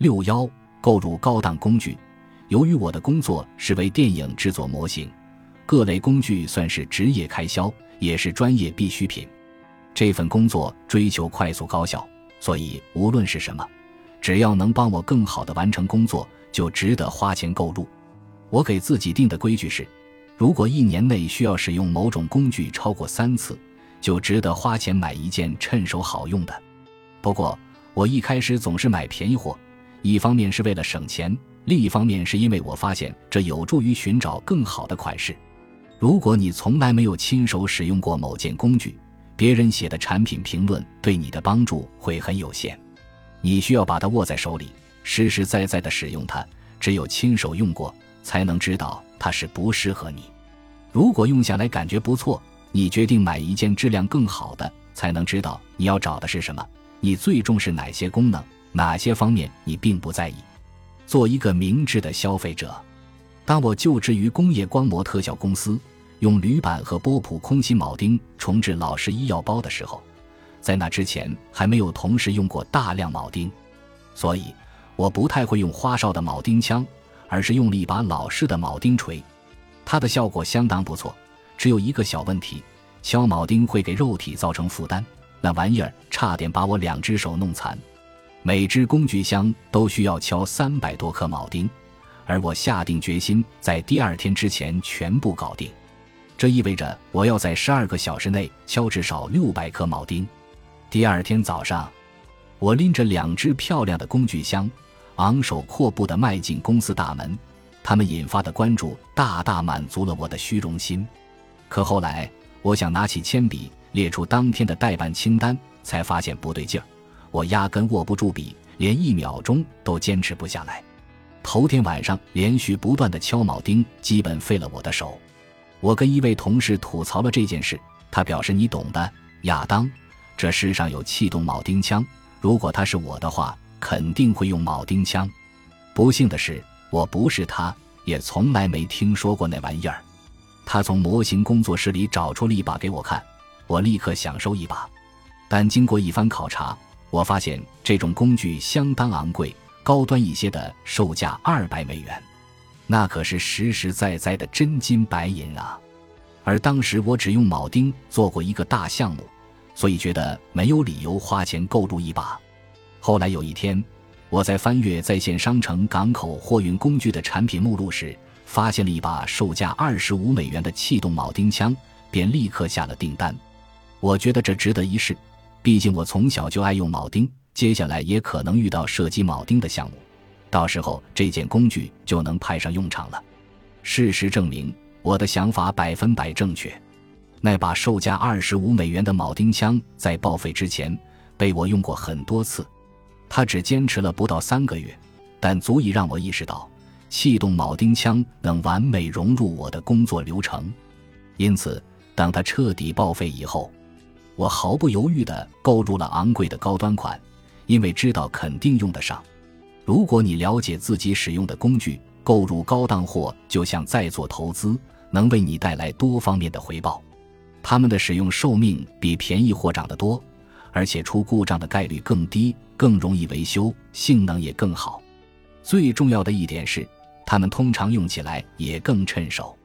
61购入高档工具。由于我的工作是为电影制作模型，各类工具算是职业开销，也是专业必需品。这份工作追求快速高效，所以无论是什么，只要能帮我更好地完成工作，就值得花钱购入。我给自己定的规矩是，如果1年内需要使用某种工具超过3次，就值得花钱买一件趁手好用的。不过我一开始总是买便宜货，一方面是为了省钱，另一方面是因为我发现这有助于寻找更好的款式。如果你从来没有亲手使用过某件工具，别人写的产品评论对你的帮助会很有限。你需要把它握在手里，实实在在地使用它，只有亲手用过，才能知道它是不适合你。如果用下来感觉不错，你决定买一件质量更好的，才能知道你要找的是什么，你最重视哪些功能，哪些方面你并不在意。做一个明智的消费者。当我就职于工业光膜特效公司，用铝板和波普空心铆钉重制老式医药包的时候，在那之前还没有同时用过大量铆钉，所以我不太会用花哨的铆钉枪，而是用了一把老式的铆钉锤。它的效果相当不错，只有一个小问题，敲铆钉会给肉体造成负担，那玩意儿差点把我2只手弄残。每只工具箱都需要敲300多颗铆钉，而我下定决心在第2天之前全部搞定。这意味着我要在12个小时内敲至少600颗铆钉。第2天早上，我拎着2只漂亮的工具箱，昂首阔步地迈进公司大门，他们引发的关注大大满足了我的虚荣心。可后来，我想拿起铅笔列出当天的待办清单，才发现不对劲儿，我压根握不住笔，连1秒钟都坚持不下来。头天晚上连续不断的敲铆钉，基本废了我的手。我跟一位同事吐槽了这件事，他表示你懂的，亚当，这世上有气动铆钉枪，如果他是我的话，肯定会用铆钉枪。不幸的是，我不是他，也从来没听说过那玩意儿。他从模型工作室里找出了一把给我看，我立刻想收一把。但经过一番考察，我发现这种工具相当昂贵，高端一些的售价$200，那可是实实在在的真金白银啊！而当时我只用铆钉做过一个大项目，所以觉得没有理由花钱购入一把。后来有一天，我在翻阅在线商城港口货运工具的产品目录时，发现了一把售价$25的气动铆钉枪，便立刻下了订单。我觉得这值得一试，毕竟我从小就爱用铆钉，接下来也可能遇到射击铆钉的项目，到时候这件工具就能派上用场了。事实证明，我的想法100%正确。那把售价$25的铆钉枪在报废之前被我用过很多次，它只坚持了不到3个月，但足以让我意识到气动铆钉枪能完美融入我的工作流程。因此当它彻底报废以后，我毫不犹豫地购入了昂贵的高端款，因为知道肯定用得上。如果你了解自己使用的工具，购入高档货就像在做投资，能为你带来多方面的回报。它们的使用寿命比便宜货长得多，而且出故障的概率更低，更容易维修，性能也更好。最重要的一点是，它们通常用起来也更趁手。